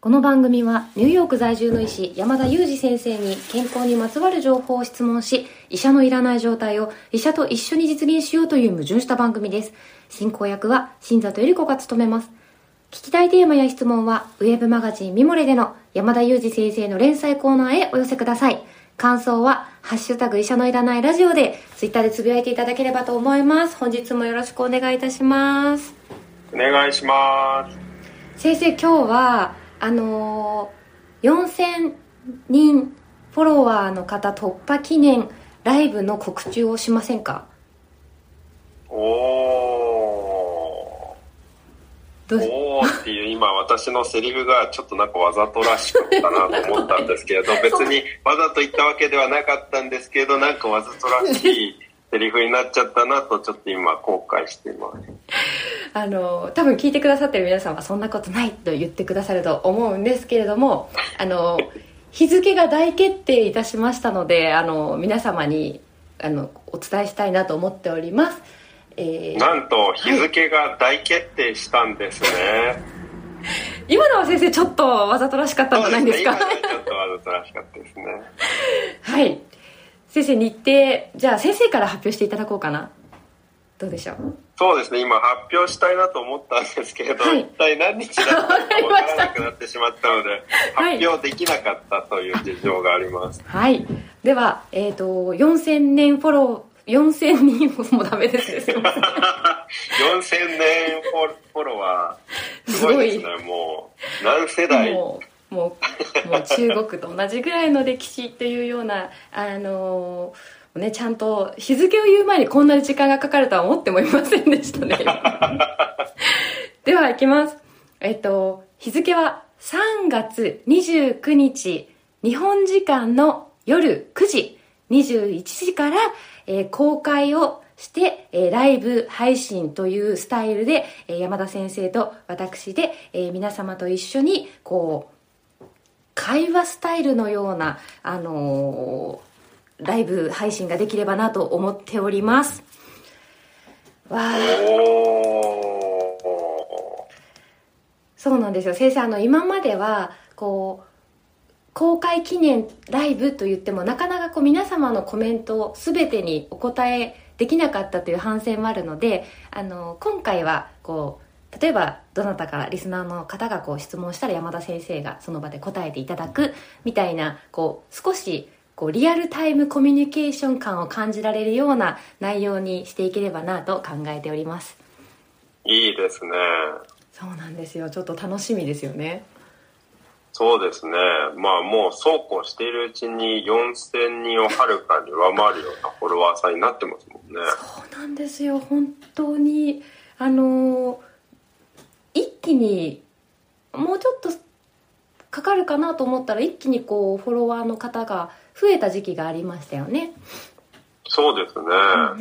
この番組はニューヨーク在住の医師山田裕二先生に健康にまつわる情報を質問し、医者のいらない状態を医者と一緒に実現しようという矛盾した番組です。進行役は新里百合子が務めます。聞きたいテーマや質問はウェブマガジンミモレでの山田裕二先生の連載コーナーへお寄せください。感想はハッシュタグ医者のいらないラジオでツイッターでつぶやいていただければと思います。本日もよろしくお願いいたします。 お願いします。 先生、今日は4000人フォロワーの方突破記念ライブの告知をしませんか？ おーっていう今私のセリフがちょっとなんかわざとらしかったなと思ったんですけれど別にわざと言ったわけではなかったんですけど、なんかわざとらしいセリフになっちゃったなとちょっと今後悔しています。 多分聞いてくださってる皆さんはそんなことないと言ってくださると思うんですけれども、日付が大決定いたしましたので皆様にお伝えしたいなと思っております。 なんと日付が大決定したんですね、はい、 今のは先生ちょっとわざとらしかったんじゃないですか？ そうですね、今のはちょっとわざとらしかったですね。 はい、先生日程、じゃあ先生から発表していただこうかな。どうでしょう？ そうですね、今発表したいなと思ったんですけれど、はい、一体何日だったか分からなくなってしまったので発表できなかったという事情があります。 はい、では、4000人フもうダメですね。すいません。4000 年フォロワーすごいですね。もう何世代もう中国と同じぐらいの歴史というようなちゃんと日付を言う前にこんなに時間がかかるとは思ってもいませんでしたね。では行きます。日付は3月29日日本時間の夜9時21時から、公開をして、ライブ配信というスタイルで、山田先生と私で、皆様と一緒にこう会話スタイルのようなライブ配信ができればなと思っております。わそうなんですよ先生。今まではこう公開記念ライブと言ってもなかなか皆様のコメント全てにお答えできなかったという反省もあるので、今回は例えばどなたかリスナーの方が質問したら山田先生がその場で答えていただくみたいな少しリアルタイムコミュニケーション感を感じられるような内容にしていければなと考えております。 いいですね。 そうなんですよ。ちょっと楽しみですよね。 そうですね。まあもうそうこうしているうちに4000人をはるかに上回るようなフォロワーさんになってますもんね。 そうなんですよ。本当に一気にもうちょっとかかるかなと思ったら一気にフォロワーの方が増えた時期がありましたよね。 そうですね、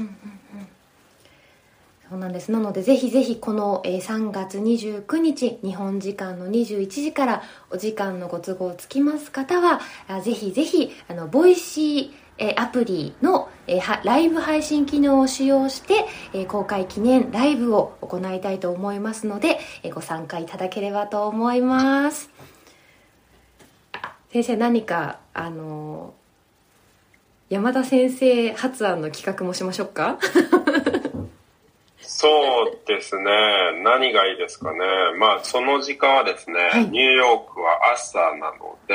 そうなんです。なのでぜひぜひこの3月29日日本時間の21時からお時間のご都合つきます方はぜひぜひボイシーアプリのライブ配信機能を使用して公開記念ライブを行いたいと思いますのでご参加いただければと思います。先生、何か山田先生発案の企画もしましょうか？ そうですね、何がいいですかね。まあその時間はですね、はい、ニューヨークは朝な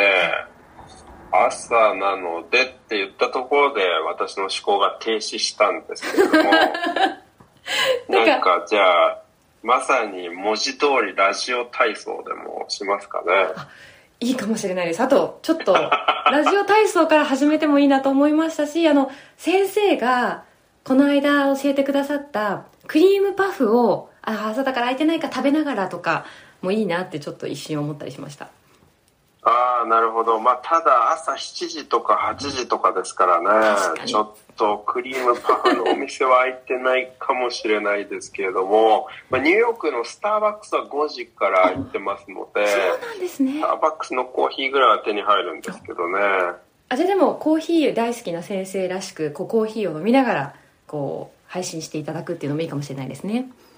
のでって言ったところで私の思考が停止したんですけれどもなんかじゃあまさに文字通りラジオ体操でもしますかね。 いいかもしれないです。あとちょっとラジオ体操から始めてもいいなと思いましたし先生がこの間教えてくださったクリームパフを朝だから空いてないか食べながらとかもいいなってちょっと一瞬思ったりしました。 ああ、なるほど。まあただ朝7時とか8時とかですからね、ちょっとクリームパフのお店は開いてないかもしれないですけれども、ニューヨークのスターバックスは5時から開いてますので、 そうなんですね。 スターバックスのコーヒーぐらいは手に入るんですけどね。 じゃあでもコーヒー大好きな先生らしくコーヒーを飲みながら配信していただくっていうのもいいかもしれないですね。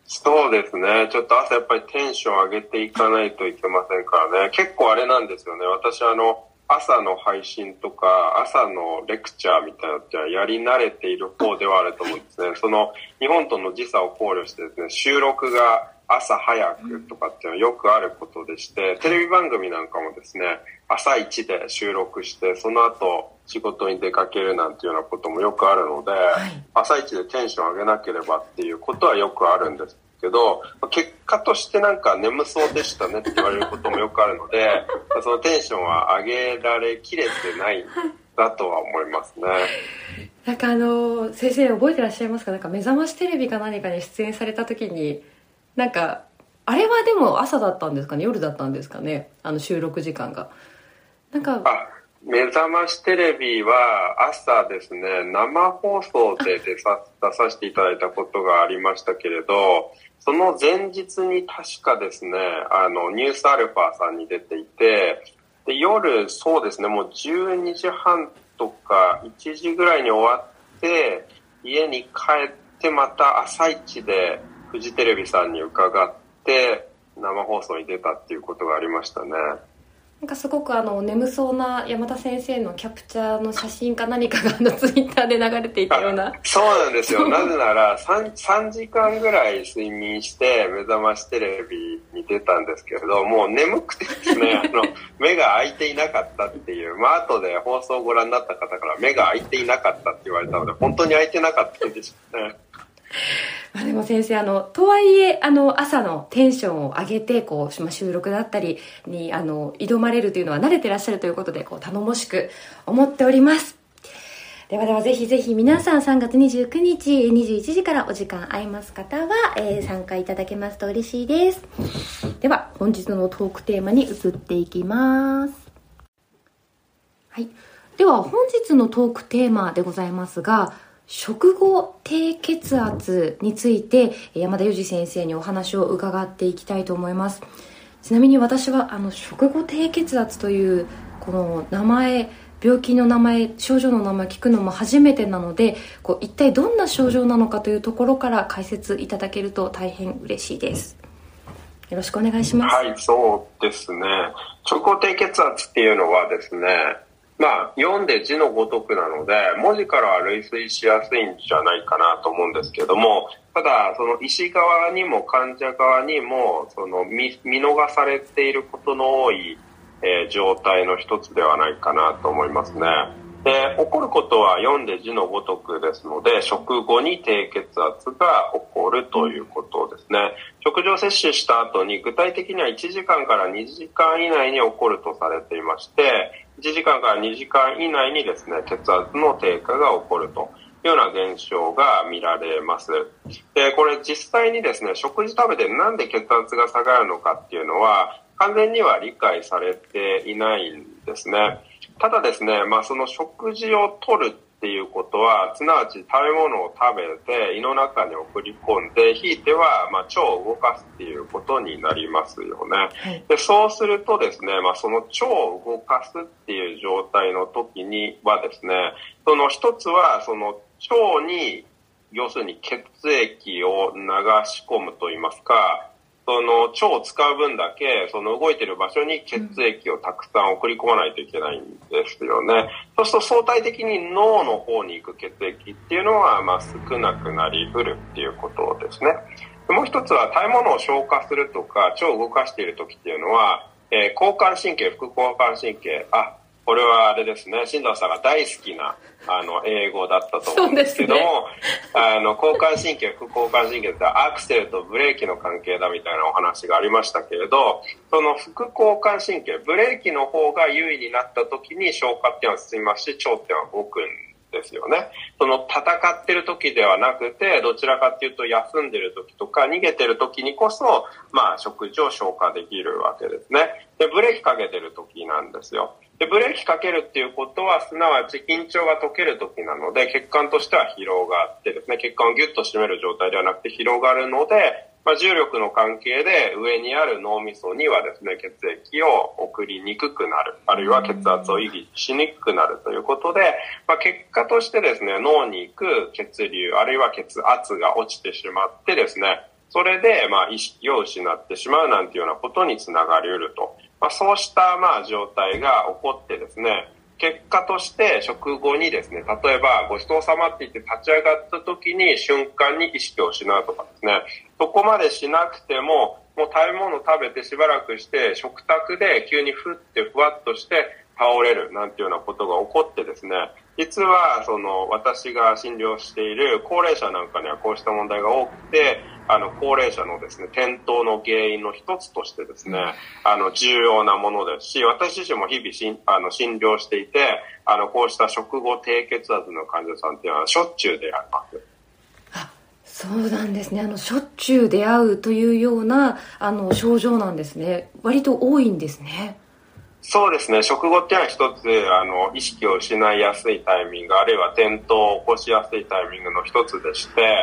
そうですね。ちょっと朝やっぱりテンション上げていかないといけませんからね。結構あれなんですよね。私朝の配信とか朝のレクチャーみたいなのってやり慣れている方ではあると思うんですね。日本との時差を考慮してですね、収録が朝早くとかっていうのはよくあることでして、テレビ番組なんかもですね、朝一で収録してその後仕事に出かけるなんていうようなこともよくあるので、朝一でテンション上げなければっていうことはよくあるんですけど、結果としてなんか眠そうでしたねって言われることもよくあるので、そのテンションは上げられきれてないんだとは思いますね。 なんか先生覚えてらっしゃいますか？なんか目覚ましテレビか何かに出演された時に、なんかあれはでも朝だったんですかね、夜だったんですかね、収録時間が。なんか目覚ましテレビは朝ですね、生放送で出させていただいたことがありましたけれど、その前日に確かですね、ニュースアルファさんに出ていて、で夜そうですね、もう12時半とか1時ぐらいに終わって家に帰ってまた朝一でフジテレビさんに伺って生放送に出たっていうことがありましたね。 なんかすごく眠そうな山田先生のキャプチャーの写真か何かがツイッターで流れていたような。 そうなんですよ。なぜなら3時間ぐらい睡眠して目覚ましテレビに出たんですけれど、もう眠くてですね、目が開いていなかったっていう、後で放送をご覧になった方から目が開いていなかったって言われたので、本当に開いてなかったんでしょうね。 でも先生とはいえ朝のテンションを上げて収録だったりに挑まれるというのは慣れてらっしゃるということで頼もしく思っております。ではぜひぜひ皆さん3月29日21時からお時間合います方は、参加いただけますと嬉しいです。では本日のトークテーマに移っていきます。はい、では本日のトークテーマでございますが、食後低血圧について山田裕二先生にお話を伺っていきたいと思います。ちなみに私は食後低血圧というこの名前、病気の名前、症状の名前を聞くのも初めてなので、一体どんな症状なのかというところから解説いただけると大変嬉しいです。よろしくお願いします。 はい、そうですね。食後低血圧っていうのはですね、読んで字のごとくなので文字からは類推しやすいんじゃないかなと思うんですけども、ただその医師側にも患者側にも見逃されていることの多い、状態の一つではないかなと思いますね。で、起こることは読んで字のごとくですので、食後に低血圧が起こるということですね。食事を摂取した後に具体的には1時間から2時間以内に起こるとされていまして、1時間から2時間以内にですね、血圧の低下が起こるというような現象が見られます。で、これ実際にですね、食事食べてなんで血圧が下がるのかっていうのは完全には理解されていないんですね。ただですね、その食事をとるっていうことは、すなわち食べ物を食べて胃の中に送り込んで、ひいては腸を動かすっていうことになりますよね。で、そうするとですね、その腸を動かすっていう状態の時にはですね、その一つはその腸に要するに血液を流し込むといいますか、その腸を使う分だけその動いている場所に血液をたくさん送り込まないといけないんですよね。そうすると相対的に脳の方に行く血液っていうのは少なくなりうるっていうことですね。もう一つは食べ物を消化するとか腸を動かしている時っていうのは、交感神経、副交感神経、これはあれですね、新藤さんが大好きな英語だったと思うんですけども、交感神経、副交感神経ってアクセルとブレーキの関係だみたいなお話がありましたけれど、その副交感神経、ブレーキの方が優位になった時に消化っていうのは進みますし、腸っていうのは動くんですよね。その戦ってる時ではなくて、どちらかっていうと休んでる時とか逃げてる時にこそ、食事を消化できるわけですね。で、ブレーキかけてる時なんですよ。で、ブレーキかけるっていうことは、すなわち緊張が解ける時なので、血管としては疲労があってですね、血管をギュッと締める状態ではなくて疲労があるので、重力の関係で上にある脳みそにはですね、血液を送りにくくなる、あるいは血圧を維持しにくくなるということで、結果としてですね、脳に行く血流、あるいは血圧が落ちてしまってですね、 それで意識を失ってしまうなんていうようなことにつながり得ると、そうした状態が起こってですね、結果として食後にですね、例えばごちそうさまって言って立ち上がった時に瞬間に意識を失うとかですね、そこまでしなくても、もう食べ物食べてしばらくして食卓で急にふってふわっとして倒れるなんていうようなことが起こってですね、実は私が診療している高齢者なんかにはこうした問題が多くて、高齢者のですね、転倒の原因の一つとしてですね、重要なものですし、私自身も日々診療していて、こうした食後低血圧の患者さんっていうのはしょっちゅう出会います。 そうなんですね。しょっちゅう出会うというような症状なんですね。割と多いんですね。 そうですね。食後っていうのは一つ意識を失いやすいタイミング、あるいは転倒を起こしやすいタイミングの一つでして、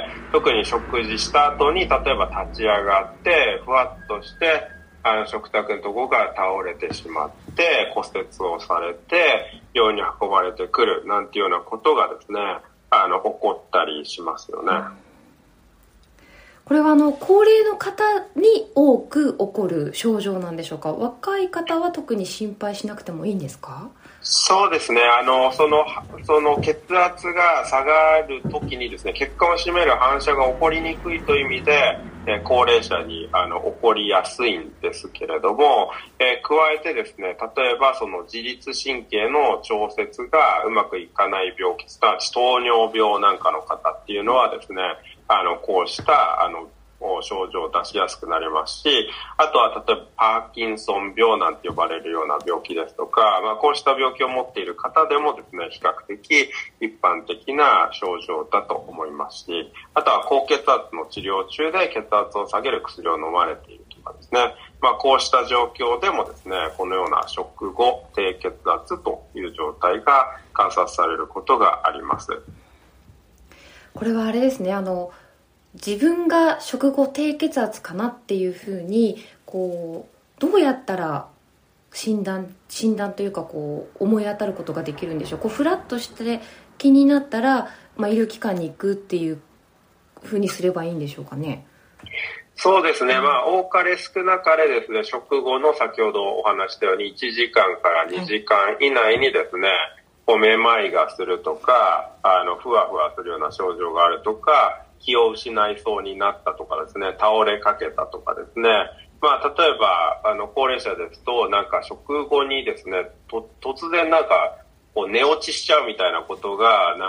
特に食事した後に例えば立ち上がってふわっとして食卓のところから倒れてしまって骨折をされて病院に運ばれてくるなんていうようなことがですね起こったりしますよね。 これは高齢の方に多く起こる症状なんでしょうか？若い方は特に心配しなくてもいいんですか？ そうですね。その血圧が下がるときにですね、血管を締める反射が起こりにくいという意味で、高齢者に起こりやすいんですけれども、加えてですね、例えばその自律神経の調節がうまくいかない病気、すなわち糖尿病なんかの方っていうのはですね、こうした症状を出しやすくなりますし、あとは例えばパーキンソン病なんて呼ばれるような病気ですとか、こうした病気を持っている方でもですね、比較的一般的な症状だと思いますし、あとは高血圧の治療中で血圧を下げる薬を飲まれているとかですね、こうした状況でもですね、このような食後低血圧という状態が観察されることがあります。 これはあれですね、自分が食後低血圧かなっていうふうにどうやったら診断というか思い当たることができるんでしょう？フラッとして気になったら、医療機関に行くっていうふうにすればいいんでしょうかね？ そうですね。多かれ少なかれですね、食後の先ほどお話したように1時間から2時間以内にですね、めまいがするとか、ふわふわするような症状があるとか、気を失いそうになったとかですね、倒れかけたとかですね、例えば高齢者ですと食後にですね、突然寝落ちしちゃうみたいなことが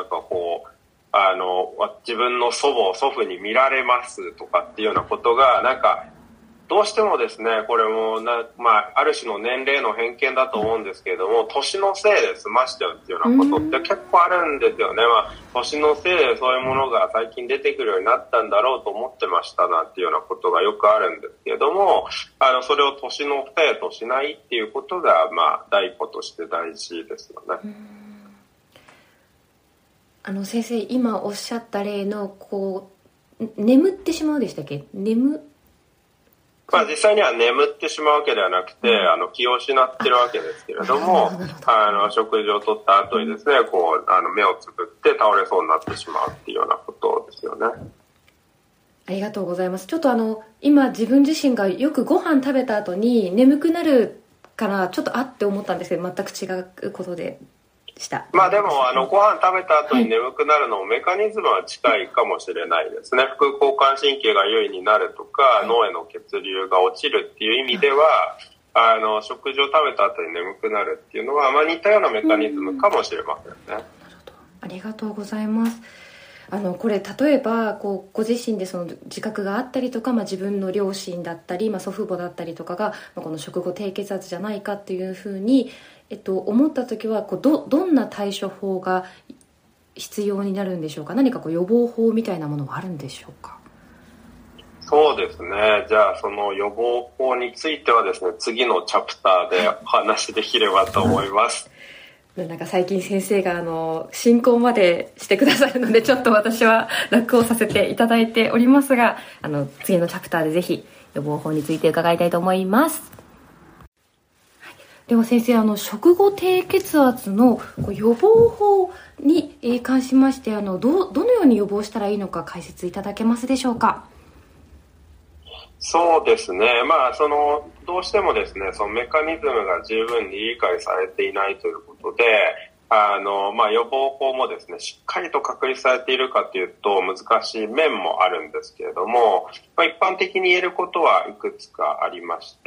自分の祖父に見られますとかっていうようなことがどうしてもですね、これもある種の年齢の偏見だと思うんですけれども、年のせいで済ましちゃうっていうようなことって結構あるんですよね。年のせいでそういうものが最近出てくるようになったんだろうと思ってましたなんていうようなことがよくあるんですけれども、それを年のせいとしないっていうことが第一歩として大事ですよね。 先生今おっしゃった例の眠ってしまうでしたっけ？ 実際には眠ってしまうわけではなくて、気を失ってるわけですけれども、食事をとった後にですね、目をつぶって倒れそうになってしまうっていうようなことですよね。 ありがとうございます。ちょっと今自分自身がよくご飯食べた後に眠くなるからちょっとって思ったんですけど、全く違うことでした。 でもご飯食べた後に眠くなるのもメカニズムは近いかもしれないですね。副交感神経が優位になるとか、脳への血流が落ちるっていう意味では、食事を食べた後に眠くなるっていうのは、似たようなメカニズムかもしれませんね。なるほど。 ありがとうございます。これ例えばご自身でその自覚があったりとか、自分の両親だったり、祖父母だったりとかが、この食後低血圧じゃないかっていうふうに思った時はどんな対処法が必要になるんでしょうか？何か予防法みたいなものはあるんでしょうか？ そうですね。じゃあその予防法についてはですね、次のチャプターでお話できればと思います。 最近先生が進行までしてくださるので、ちょっと私は楽をさせていただいておりますが、次のチャプターでぜひ予防法について伺いたいと思います。では先生、食後低血圧の予防法に関しまして、どのように予防したらいいのか解説いただけますでしょうか？ そうですね。どうしてもですね、そのメカニズムが十分に理解されていないということで、予防法もですね、しっかりと確立されているかというと難しい面もあるんですけれども、一般的に言えることはいくつかありまして、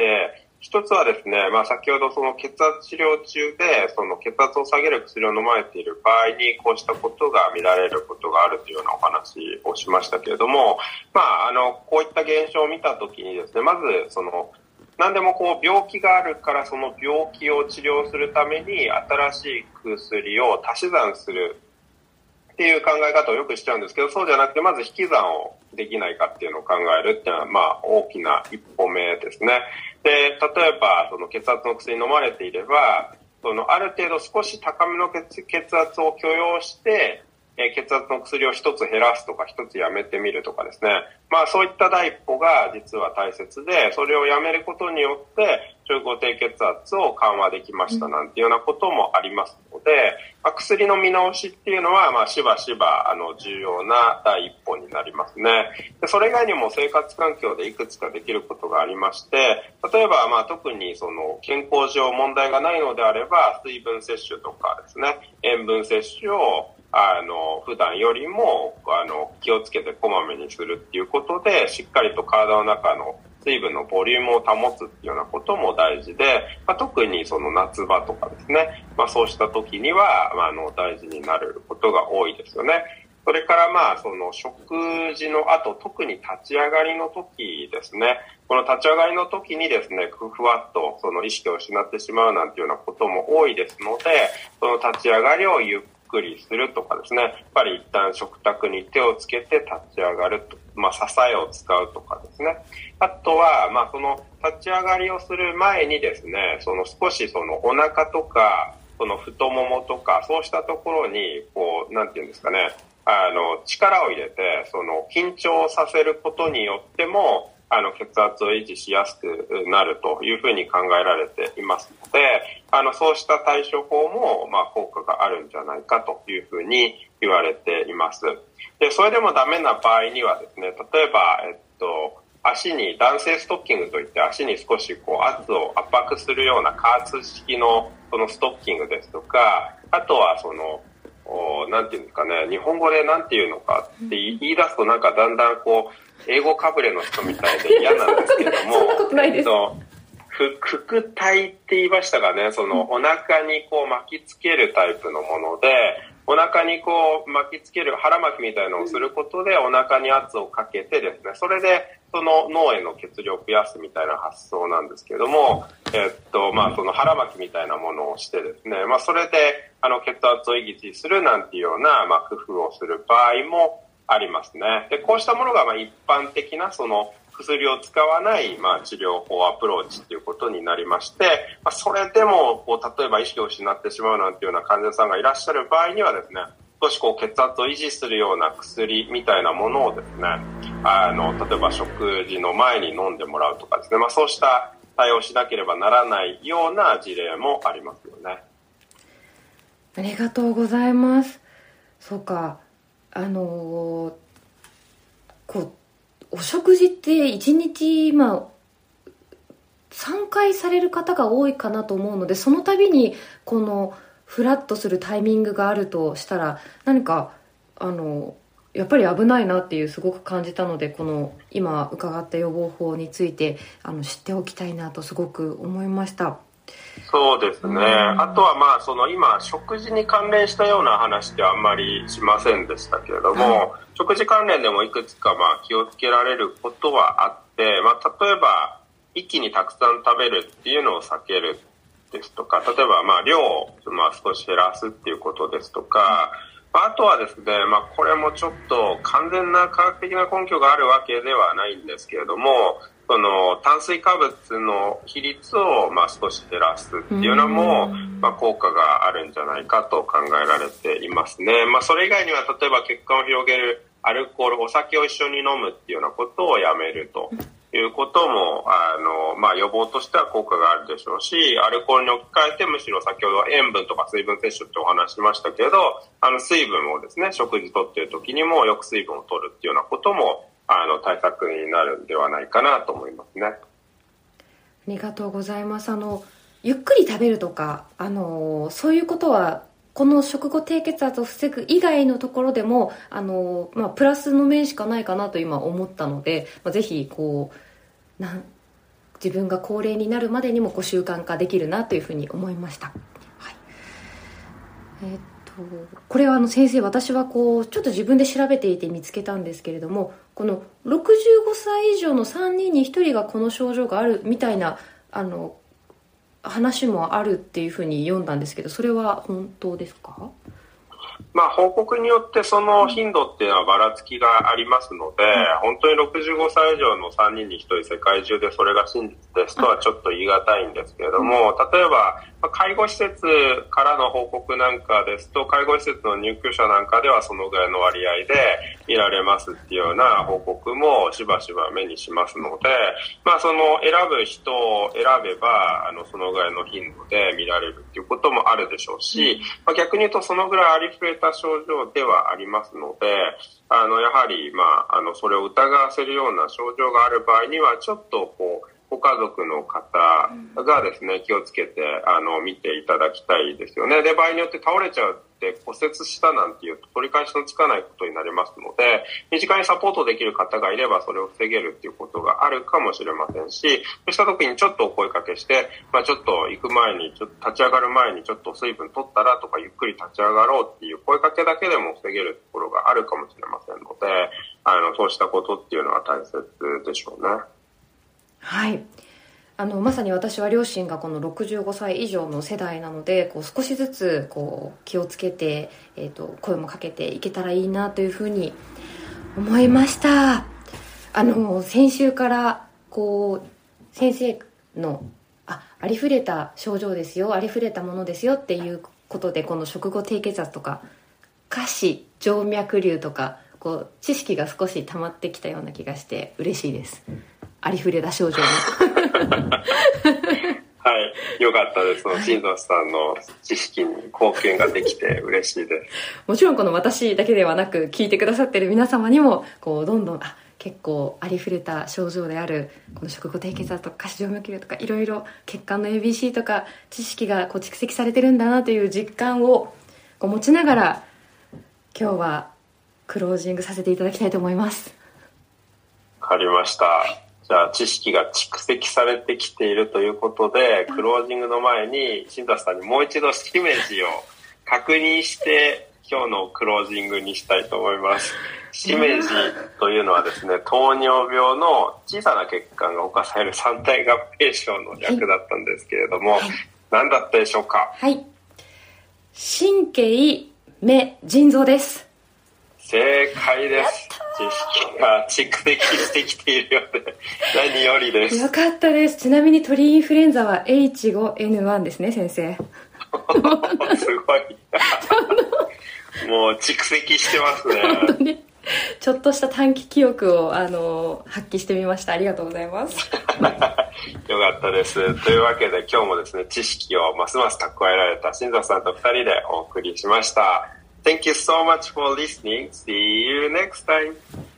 一つはですね、先ほどその血圧治療中で、その血圧を下げる薬を飲まれている場合に、こうしたことが見られることがあるというようなお話をしましたけれども、こういった現象を見たときにですね、まず、何でも病気があるから、その病気を治療するために新しい薬を足し算するっていう考え方をよくしちゃうんですけど、そうじゃなくて、まず引き算をできないかっていうのを考えるっていうのは、大きな一歩目ですね。で、例えば、その血圧の薬飲まれていれば、ある程度少し高めの血圧を許容して、血圧の薬を一つ減らすとか一つやめてみるとかですね。そういった第一歩が実は大切で、それをやめることによって中高低血圧を緩和できましたなんていうようなこともありますので、薬の見直しっていうのはしばしば重要な第一歩になりますね。で、それ以外にも生活環境でいくつかできることがありまして、例えば特にその健康上問題がないのであれば、水分摂取とかですね、塩分摂取を普段よりも気をつけてこまめにするっていうことで、しっかりと体の中の水分のボリュームを保つっていうようなことも大事で、特にその夏場とかですね、そうした時には大事になることが多いですよね。それからその食事の後、特に立ち上がりの時ですね。この立ち上がりの時にですね、ふわっとその意識を失ってしまうなんていうようなことも多いですので、その立ち上がりをゆっくりするとかですね、やっぱり一旦食卓に手をつけて立ち上がると、支えを使うとかですね。あとは、その立ち上がりをする前にですね、少しお腹とか、太ももとか、そうしたところに、なんていうんですかね、力を入れて、緊張させることによっても、血圧を維持しやすくなるというふうに考えられていますので、そうした対処法も、効果があるんじゃないかというふうに言われています。で、それでもダメな場合にはですね、例えば、足に男性ストッキングといって、足に少し圧を圧迫するような加圧式のストッキングですとか、あとはなんていうんですかね、日本語でなんていうのかって言い出すとだんだん英語かぶれの人みたいで嫌なんですけども、 そんなことないです。 腹体って言いましたかね、お腹に巻きつけるタイプのもので、お腹に巻きつける腹巻きみたいなのをすることでお腹に圧をかけてですね、それで脳への血流を増やすみたいな発想なんですけども、その腹巻きみたいなものをしてですね、それで血圧を維持するなんていうような工夫をする場合もありますね。で、こうしたものが一般的な薬を使わない治療法アプローチということになりまして、それでも例えば意識を失ってしまうなんていうような患者さんがいらっしゃる場合にはですね、少し血圧を維持するような薬みたいなものをですね、例えば食事の前に飲んでもらうとかですね、そうした対応しなければならないような事例もありますよね。 ありがとうございます。そうか、お食事って1日3回される方が多いかなと思うので、その度にフラッとするタイミングがあるとしたら、何かやっぱり危ないなっていうすごく感じたので、今伺った予防法について知っておきたいなとすごく思いました。 そうですね。あとは今食事に関連したような話ってあんまりしませんでしたけれども、食事関連でもいくつか気をつけられることはあって、例えば一気にたくさん食べるっていうのを避けるですとか、例えば量を少し減らすっていうことですとか、あとはですね、これもちょっと完全な科学的な根拠があるわけではないんですけれども、炭水化物の比率を少し減らすっていうのも効果があるんじゃないかと考えられていますね。それ以外には、例えば血管を広げるアルコール、お酒を一緒に飲むっていうようなことをやめるということも予防としては効果があるでしょうし、アルコールに置き換えて、むしろ先ほど塩分とか水分摂取ってお話ししましたけれど、水分をですね、食事とっている時にもよく水分を取るっていうようなことも対策になるんではないかなと思いますね。ありがとうございます。ゆっくり食べるとか、そういうことはこの食後低血圧を防ぐ以外のところでもプラスの面しかないかなと今思ったので、ぜひ自分が高齢になるまでにも習慣化できるなというふうに思いました。はい、これは先生、私はちょっと自分で調べていて見つけたんですけれども、この65歳以上の3人に1人がこの症状があるみたいな話もあるっていうふうに読んだんですけど、それは本当ですか？ 報告によってその頻度っていうのはばらつきがありますので、本当に65歳以上の3人に1人世界中でそれが真実ですとはちょっと言い難いんですけれども、例えば介護施設からの報告なんかですと、介護施設の入居者なんかではそのぐらいの割合で見られますっていうような報告もしばしば目にしますので、その選ぶ人を選べばそのぐらいの頻度で見られるっていうこともあるでしょうし、逆に言うとそのぐらいありふれた症状ではありますので、やはりそれを疑わせるような症状がある場合にはちょっとご家族の方がですね、気をつけて見ていただきたいですよね。で、場合によって倒れちゃうって骨折したなんていうと取り返しのつかないことになりますので、身近にサポートできる方がいればそれを防げるっていうことがあるかもしれませんし、そうした時にちょっとお声かけして、ちょっと行く前に、ちょっと立ち上がる前にちょっと水分取ったらとか、ゆっくり立ち上がろうっていう声かけだけでも防げるところがあるかもしれませんので、そうしたことっていうのは大切でしょうね。 はい、まさに私は両親がこの65歳以上の世代なので、少しずつ気をつけて、声もかけていけたらいいなというふうに思いました。先週から先生のありふれた症状ですよ、ありふれたものですよっていうことで、この食後低血圧とか下肢静脈瘤とか知識が少し溜まってきたような気がして嬉しいです。ありふれた症状にはい、 よかったです。新藤さんの知識に貢献ができて嬉しいです。 もちろんこの私だけではなく、聞いてくださっている皆様にもどんどん結構ありふれた症状であるこの食後低血圧とか下肢静脈瘤とか、いろいろ血管の ABC とか知識が蓄積されてるんだなという実感を持ちながら、今日はクロージングさせていただきたいと思います。 わかりました。じゃあ知識が蓄積されてきているということで、クロージングの前に新田さんにもう一度しめじを確認して今日のクロージングにしたいと思います。しめじというのはですね、糖尿病の小さな血管が侵される三大合併症の略だったんですけれども、何だったでしょうか？ はい、神経、目、腎臓です。 正解です。知識が蓄積してきているようで何よりです。 よかったです。ちなみに鳥インフルエンザは H5N1 ですね、先生。すごいもう蓄積してますね。 本当にちょっとした短期記憶を発揮してみました。ありがとうございます。 よかったです。というわけで今日もですね、知識をますます蓄えられた新里さんと2人でお送りしました。Thank you so much for listening. See you next time.